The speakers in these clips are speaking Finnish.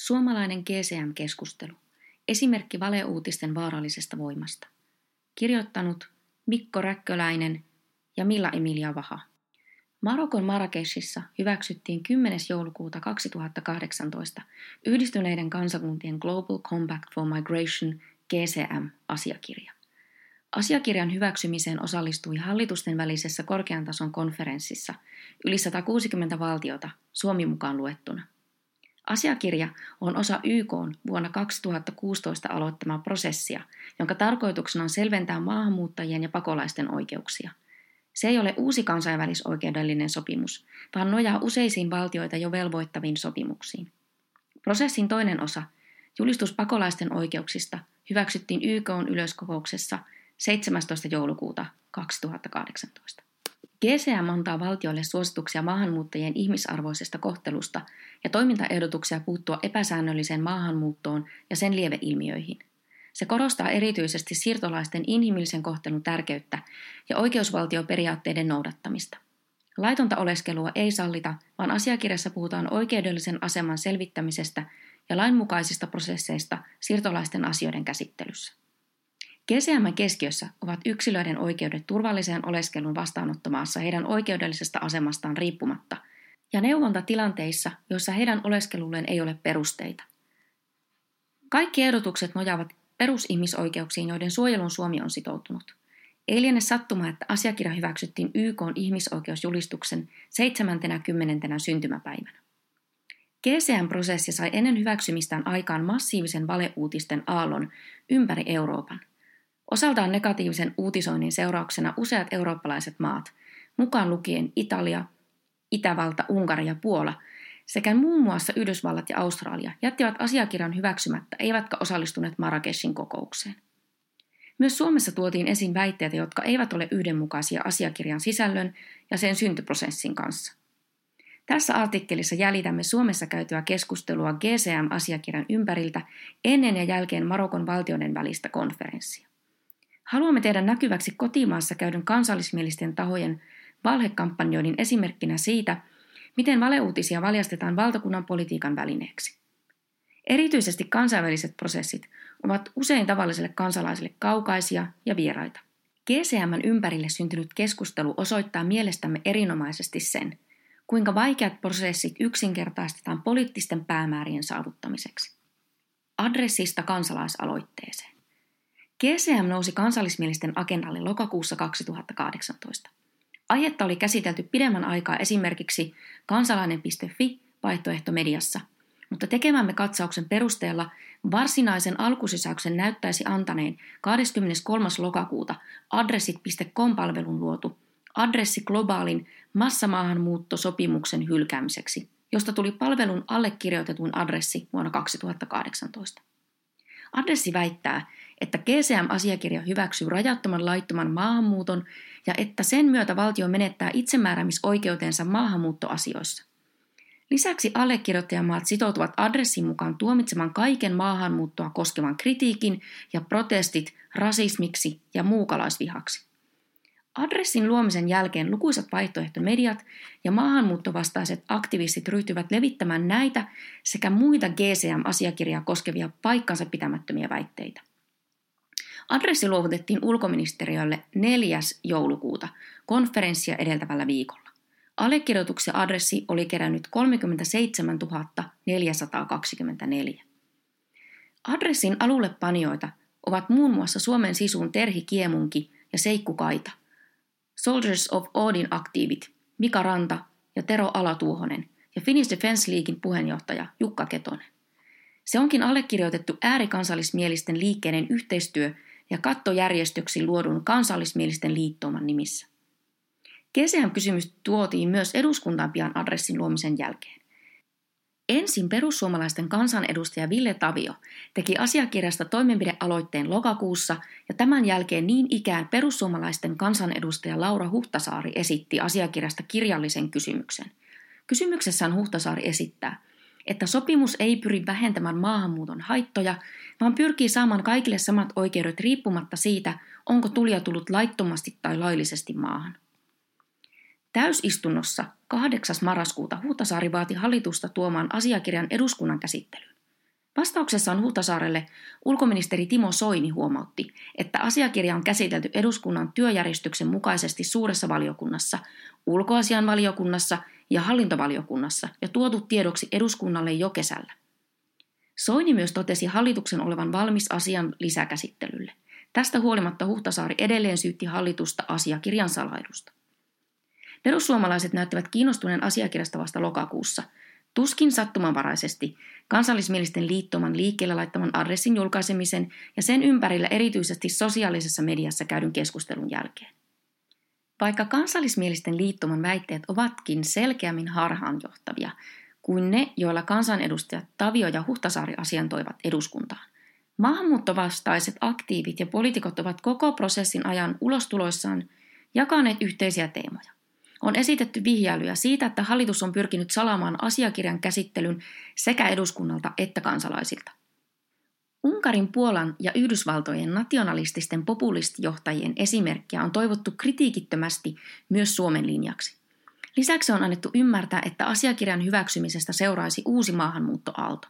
Suomalainen GCM-keskustelu. Esimerkki valeuutisten vaarallisesta voimasta. Kirjoittanut Mikko Räkköläinen ja Milla Emilia Vaha. Marokon Marrakechissa hyväksyttiin 10. joulukuuta 2018 Yhdistyneiden kansakuntien Global Compact for Migration GCM-asiakirja. Asiakirjan hyväksymiseen osallistui hallitusten välisessä korkean tason konferenssissa yli 160 valtiota, Suomi mukaan luettuna. Asiakirja on osa YK:n vuonna 2016 aloittamaa prosessia, jonka tarkoituksena on selventää maahanmuuttajien ja pakolaisten oikeuksia. Se ei ole uusi kansainvälisoikeudellinen sopimus, vaan nojaa useisiin valtioita jo velvoittaviin sopimuksiin. Prosessin toinen osa, julistus pakolaisten oikeuksista, hyväksyttiin YK:n yleiskokouksessa 17. joulukuuta 2018. GCM antaa valtioille suosituksia maahanmuuttajien ihmisarvoisesta kohtelusta ja toimintaehdotuksia puuttua epäsäännölliseen maahanmuuttoon ja sen lieveilmiöihin. Se korostaa erityisesti siirtolaisten inhimillisen kohtelun tärkeyttä ja oikeusvaltioperiaatteiden noudattamista. Laitonta oleskelua ei sallita, vaan asiakirjassa puhutaan oikeudellisen aseman selvittämisestä ja lainmukaisista prosesseista siirtolaisten asioiden käsittelyssä. GCM:n keskiössä ovat yksilöiden oikeudet turvalliseen oleskelun vastaanottomaassa heidän oikeudellisesta asemastaan riippumatta ja neuvonta tilanteissa, joissa heidän oleskelulleen ei ole perusteita. Kaikki ehdotukset nojaavat perusihmisoikeuksiin, joiden suojelun Suomi on sitoutunut. Ei liene sattuma, että asiakirja hyväksyttiin YK:n ihmisoikeusjulistuksen 70. syntymäpäivänä. GCM-prosessi sai ennen hyväksymistään aikaan massiivisen valeuutisten aallon ympäri Euroopan. Osaltaan negatiivisen uutisoinnin seurauksena useat eurooppalaiset maat, mukaan lukien Italia, Itävalta, Unkari ja Puola, sekä muun muassa Yhdysvallat ja Australia jättivät asiakirjan hyväksymättä, eivätkä osallistuneet Marrakechin kokoukseen. Myös Suomessa tuotiin esiin väitteitä, jotka eivät ole yhdenmukaisia asiakirjan sisällön ja sen syntyprosessin kanssa. Tässä artikkelissa jäljitämme Suomessa käytyä keskustelua GCM-asiakirjan ympäriltä ennen ja jälkeen Marokon valtioiden välistä konferenssia. Haluamme tehdä näkyväksi kotimaassa käydyn kansallismielisten tahojen valhekampanjoinnin esimerkkinä siitä, miten valeuutisia valjastetaan valtakunnan politiikan välineeksi. Erityisesti kansainväliset prosessit ovat usein tavalliselle kansalaiselle kaukaisia ja vieraita. GCM:n ympärille syntynyt keskustelu osoittaa mielestämme erinomaisesti sen, kuinka vaikeat prosessit yksinkertaistetaan poliittisten päämäärien saavuttamiseksi. Adressista kansalaisaloitteeseen. GCM nousi kansallismielisten agendalle lokakuussa 2018. Aihetta oli käsitelty pidemmän aikaa esimerkiksi kansalainen.fi vaihtoehtomediassa, mutta tekemämme katsauksen perusteella varsinaisen alkusysäyksen näyttäisi antaneen 23. lokakuuta adressit.com-palvelun luotu adressi globaalin massamaahanmuuttosopimuksen hylkäämiseksi, josta tuli palvelun allekirjoitetun adressi vuonna 2018. Adressi väittää, että GCM-asiakirja hyväksyy rajattoman laittoman maahanmuuton ja että sen myötä valtio menettää itsemääräämisoikeutensa maahanmuuttoasioissa. Lisäksi allekirjoittajamaat sitoutuvat adressin mukaan tuomitsemaan kaiken maahanmuuttoa koskevan kritiikin ja protestit rasismiksi ja muukalaisvihaksi. Adressin luomisen jälkeen lukuisat vaihtoehtomediat ja maahanmuuttovastaiset aktivistit ryhtyivät levittämään näitä sekä muita GCM-asiakirjaa koskevia paikkansa pitämättömiä väitteitä. Adressi luovutettiin ulkoministeriölle 4. joulukuuta konferenssia edeltävällä viikolla. Allekirjoituksen adressi oli kerännyt 37 424. Adressin alullepanijoita ovat muun muassa Suomen Sisun Terhi Kiemunki ja Seikku Kaita, Soldiers of Odin aktiivit Mika Ranta ja Tero Alatuuhonen ja Finnish Defence Leaguein puheenjohtaja Jukka Ketonen. Se onkin allekirjoitettu äärikansallismielisten liikkeiden yhteistyö- ja kattojärjestöksi luodun kansallismielisten liittouman nimissä. GCM-kysymys tuotiin myös eduskuntaan pian adressin luomisen jälkeen. Ensin perussuomalaisten kansanedustaja Ville Tavio teki asiakirjasta toimenpidealoitteen lokakuussa ja tämän jälkeen niin ikään perussuomalaisten kansanedustaja Laura Huhtasaari esitti asiakirjasta kirjallisen kysymyksen. Kysymyksessään Huhtasaari esittää, että sopimus ei pyri vähentämään maahanmuuton haittoja, vaan pyrkii saamaan kaikille samat oikeudet riippumatta siitä, onko tulija tullut laittomasti tai laillisesti maahan. Täysistunnossa 8. marraskuuta Huhtasaari vaati hallitusta tuomaan asiakirjan eduskunnan käsittelyyn. Vastauksessaan Huhtasaarelle ulkoministeri Timo Soini huomautti, että asiakirja on käsitelty eduskunnan työjärjestyksen mukaisesti suuressa valiokunnassa, ulkoasiainvaliokunnassa ja hallintovaliokunnassa ja tuotu tiedoksi eduskunnalle jo kesällä. Soini myös totesi hallituksen olevan valmis asian lisäkäsittelylle. Tästä huolimatta Huhtasaari edelleen syytti hallitusta asiakirjan salailusta. Perussuomalaiset näyttävät kiinnostuneen asiakirjasta vasta lokakuussa, tuskin sattumanvaraisesti, kansallismielisten liittoman liikkeelle laittaman adressin julkaisemisen ja sen ympärillä erityisesti sosiaalisessa mediassa käydyn keskustelun jälkeen. Vaikka kansallismielisten liittoman väitteet ovatkin selkeämmin harhaanjohtavia kuin ne, joilla kansanedustajat Tavio ja Huhtasaari asiantoivat eduskuntaan, maahanmuuttovastaiset aktiivit ja poliitikot ovat koko prosessin ajan ulostuloissaan jakaneet yhteisiä teemoja. On esitetty vihjailuja siitä, että hallitus on pyrkinyt salaamaan asiakirjan käsittelyn sekä eduskunnalta että kansalaisilta. Unkarin, Puolan ja Yhdysvaltojen nationalististen populistijohtajien esimerkkiä on toivottu kritiikittömästi myös Suomen linjaksi. Lisäksi on annettu ymmärtää, että asiakirjan hyväksymisestä seuraisi uusi maahanmuuttoaalto.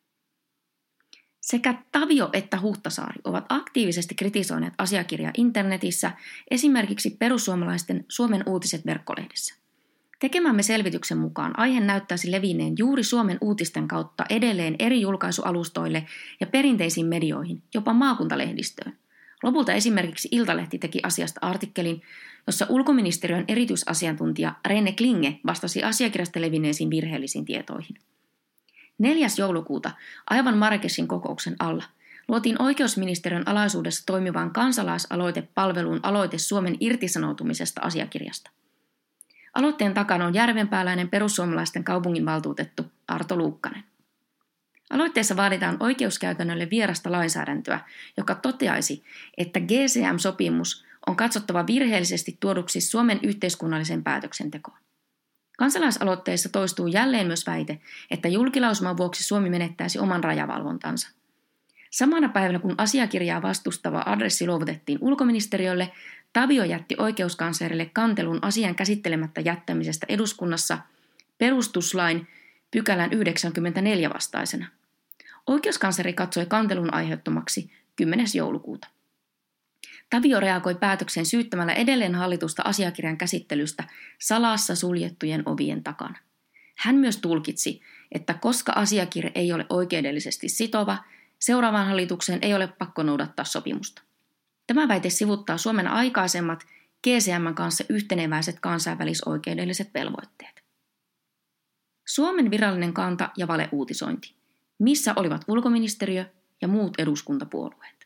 Sekä Tavio että Huhtasaari ovat aktiivisesti kritisoineet asiakirjaa internetissä, esimerkiksi perussuomalaisten Suomen uutiset -verkkolehdessä. Tekemämme selvityksen mukaan aihe näyttäisi levinneen juuri Suomen uutisten kautta edelleen eri julkaisualustoille ja perinteisiin medioihin, jopa maakuntalehdistöön. Lopulta esimerkiksi Iltalehti teki asiasta artikkelin, jossa ulkoministeriön erityisasiantuntija Rene Klinge vastasi asiakirjasta levinneisiin virheellisiin tietoihin. 4. joulukuuta aivan Marrakechin kokouksen alla luotiin oikeusministeriön alaisuudessa toimivaan kansalaisaloitepalveluun aloite Suomen irtisanoutumisesta asiakirjasta. Aloitteen takana on järvenpääläinen perussuomalaisten kaupunginvaltuutettu Arto Luukkanen. Aloitteessa vaaditaan oikeuskäytännölle vierasta lainsäädäntöä, joka toteaisi, että GCM-sopimus on katsottava virheellisesti tuoduksi Suomen yhteiskunnalliseen päätöksentekoon. Kansalaisaloitteessa toistuu jälleen myös väite, että julkilausuman vuoksi Suomi menettäisi oman rajavalvontansa. Samana päivänä, kun asiakirjaa vastustava adressi luovutettiin ulkoministeriölle, Tavio jätti oikeuskanslerille kantelun asian käsittelemättä jättämisestä eduskunnassa perustuslain pykälän 94 vastaisena. Oikeuskansleri katsoi kantelun aiheuttomaksi 10. joulukuuta. Tavio reagoi päätökseen syyttämällä edelleen hallitusta asiakirjan käsittelystä salassa suljettujen ovien takana. Hän myös tulkitsi, että koska asiakirja ei ole oikeudellisesti sitova, seuraavaan hallitukseen ei ole pakko noudattaa sopimusta. Tämä väite sivuttaa Suomen aikaisemmat GCM:n kanssa yhteneväiset kansainvälisoikeudelliset velvoitteet. Suomen virallinen kanta ja valeuutisointi. Missä olivat ulkoministeriö ja muut eduskuntapuolueet?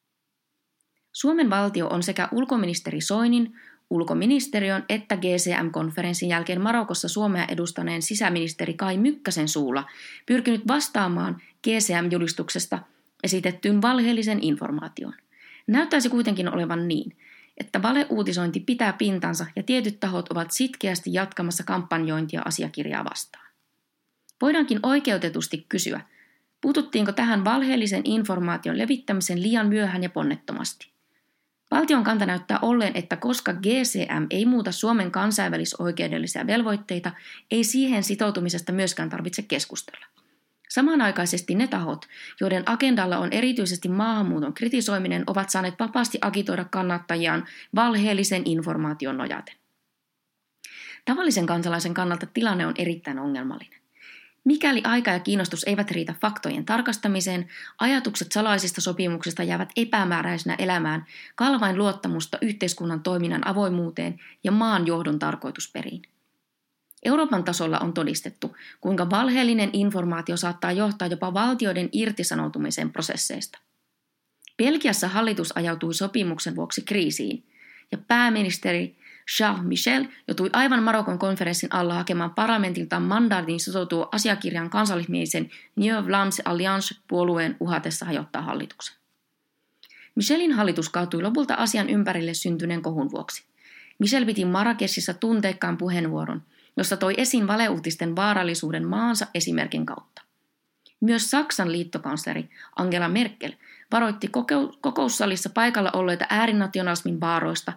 Suomen valtio on sekä ulkoministeri Soinin, ulkoministeriön että GCM-konferenssin jälkeen Marokossa Suomea edustaneen sisäministeri Kai Mykkäsen suulla pyrkinyt vastaamaan GCM-julistuksesta esitettyyn valheellisen informaation. Näyttäisi kuitenkin olevan niin, että valeuutisointi pitää pintansa ja tietyt tahot ovat sitkeästi jatkamassa kampanjointia asiakirjaa vastaan. Voidaankin oikeutetusti kysyä, puututtiinko tähän valheellisen informaation levittämisen liian myöhään ja ponnettomasti. Valtion kanta näyttää olleen, että koska GCM ei muuta Suomen kansainvälisoikeudellisia velvoitteita, ei siihen sitoutumisesta myöskään tarvitse keskustella. Samanaikaisesti ne tahot, joiden agendalla on erityisesti maahanmuuton kritisoiminen, ovat saaneet vapaasti agitoida kannattajiaan valheellisen informaation nojaten. Tavallisen kansalaisen kannalta tilanne on erittäin ongelmallinen. Mikäli aika ja kiinnostus eivät riitä faktojen tarkastamiseen, ajatukset salaisista sopimuksista jäävät epämääräisenä elämään kalvain luottamusta yhteiskunnan toiminnan avoimuuteen ja maan johdon tarkoitusperiin. Euroopan tasolla on todistettu, kuinka valheellinen informaatio saattaa johtaa jopa valtioiden irtisanoutumisen prosesseista. Belgiassa hallitus ajautui sopimuksen vuoksi kriisiin, ja pääministeri Charles Michel joutui aivan Marokon konferenssin alla hakemaan parlamentiltaan mandaatin sitoutua asiakirjan kansallismielisen New Vlaams Alliance-puolueen uhatessa hajottaa hallituksen. Michelin hallitus kaatui lopulta asian ympärille syntyneen kohun vuoksi. Michel piti Marrakechissa tunteikkaan puheenvuoron, jossa toi esiin valeuutisten vaarallisuuden maansa esimerkin kautta. Myös Saksan liittokansleri Angela Merkel varoitti kokoussalissa paikalla olleita äärinationalismin vaaroista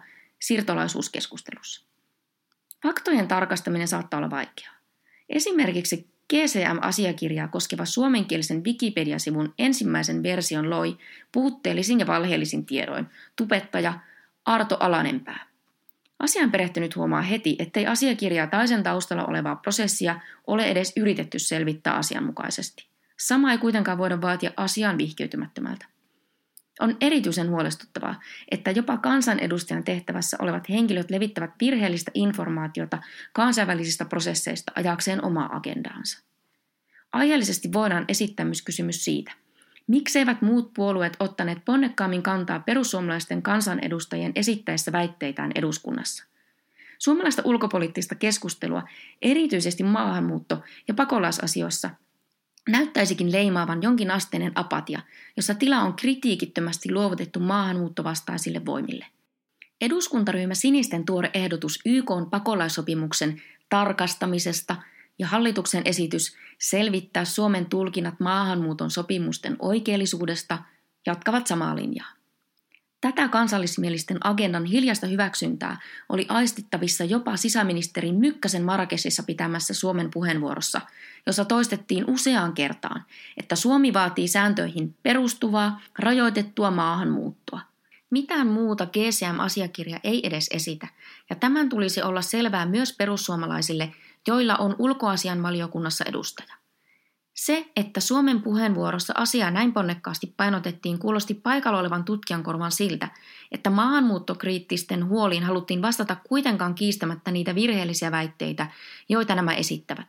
siirtolaisuuskeskustelussa. Faktojen tarkastaminen saattaa olla vaikeaa. Esimerkiksi GCM-asiakirjaa koskeva suomenkielisen Wikipedia-sivun ensimmäisen version loi puutteellisin ja valheellisin tiedoin tubettaja Arto Alanenpää. Asiaan perehtynyt huomaa heti, ettei asiakirjaa tai sen taustalla olevaa prosessia ole edes yritetty selvittää asianmukaisesti. Sama ei kuitenkaan voida vaatia asiaan vihkiytymättömältä. On erityisen huolestuttavaa, että jopa kansanedustajan tehtävässä olevat henkilöt levittävät virheellistä informaatiota kansainvälisistä prosesseista ajakseen omaa agendaansa. Aiheellisesti voidaan esittää myös kysymys siitä, mikseivät muut puolueet ottaneet ponnekkaammin kantaa perussuomalaisten kansanedustajien esittäessä väitteitään eduskunnassa. Suomalaista ulkopoliittista keskustelua, erityisesti maahanmuutto- ja pakolaisasioissa, näyttäisikin leimaavan jonkinasteinen apatia, jossa tila on kritiikittömästi luovutettu maahanmuuttovastaisille voimille. Eduskuntaryhmä Sinisten tuore ehdotus YK:n pakolaissopimuksen tarkastamisesta ja hallituksen esitys selvittää Suomen tulkinnat maahanmuuton sopimusten oikeellisuudesta jatkavat samaa linjaa. Tätä kansallismielisten agendan hiljaista hyväksyntää oli aistittavissa jopa sisäministeri Mykkäsen Marrakechissa pitämässä Suomen puheenvuorossa, jossa toistettiin useaan kertaan, että Suomi vaatii sääntöihin perustuvaa, rajoitettua maahanmuuttoa. Mitään muuta GCM-asiakirja ei edes esitä, ja tämän tulisi olla selvää myös perussuomalaisille, joilla on ulkoasiainvaliokunnassa edustaja. Se, että Suomen puheenvuorossa asiaa näin ponnekkaasti painotettiin, kuulosti paikalla olevan tutkijan korvan siltä, että maahanmuuttokriittisten huoliin haluttiin vastata kuitenkaan kiistämättä niitä virheellisiä väitteitä, joita nämä esittävät.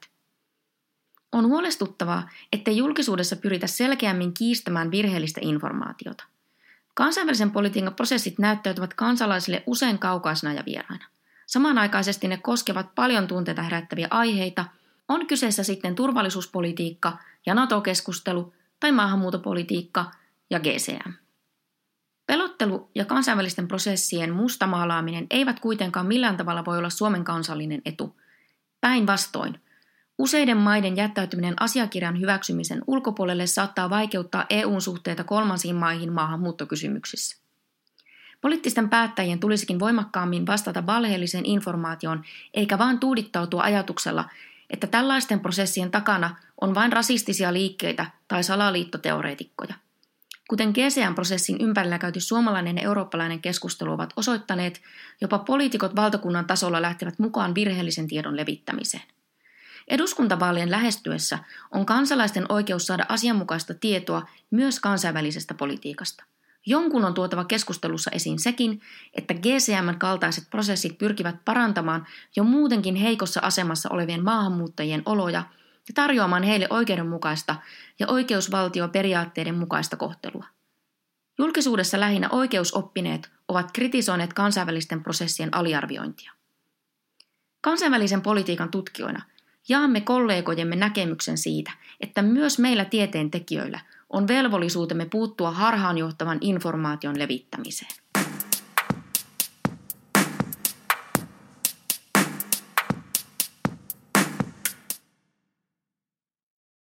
On huolestuttavaa, ettei julkisuudessa pyritä selkeämmin kiistämään virheellistä informaatiota. Kansainvälisen politiikan prosessit näyttäytyvät kansalaisille usein kaukaisena ja vieraina. Samanaikaisesti ne koskevat paljon tunteita herättäviä aiheita, on kyseessä sitten turvallisuuspolitiikka ja NATO-keskustelu tai maahanmuuttopolitiikka ja GCM. Pelottelu ja kansainvälisten prosessien mustamaalaaminen eivät kuitenkaan millään tavalla voi olla Suomen kansallinen etu. Päinvastoin, useiden maiden jättäytyminen asiakirjan hyväksymisen ulkopuolelle saattaa vaikeuttaa EU:n suhteita kolmansiin maihin maahanmuuttokysymyksissä. Poliittisten päättäjien tulisikin voimakkaammin vastata valheelliseen informaatioon, eikä vaan tuudittautua ajatuksella, että tällaisten prosessien takana on vain rasistisia liikkeitä tai salaliittoteoreetikkoja. Kuten GCM-prosessin ympärillä käyty suomalainen ja eurooppalainen keskustelu ovat osoittaneet, jopa poliitikot valtakunnan tasolla lähtevät mukaan virheellisen tiedon levittämiseen. Eduskuntavaalien lähestyessä on kansalaisten oikeus saada asianmukaista tietoa myös kansainvälisestä politiikasta. Jonkun on tuotava keskustelussa esiin sekin, että GCM:n kaltaiset prosessit pyrkivät parantamaan jo muutenkin heikossa asemassa olevien maahanmuuttajien oloja ja tarjoamaan heille oikeudenmukaista ja oikeusvaltioperiaatteiden mukaista kohtelua. Julkisuudessa lähinnä oikeusoppineet ovat kritisoineet kansainvälisten prosessien aliarviointia. Kansainvälisen politiikan tutkijoina jaamme kollegojemme näkemyksen siitä, että myös meillä tieteentekijöillä on velvollisuutemme puuttua harhaanjohtavan informaation levittämiseen.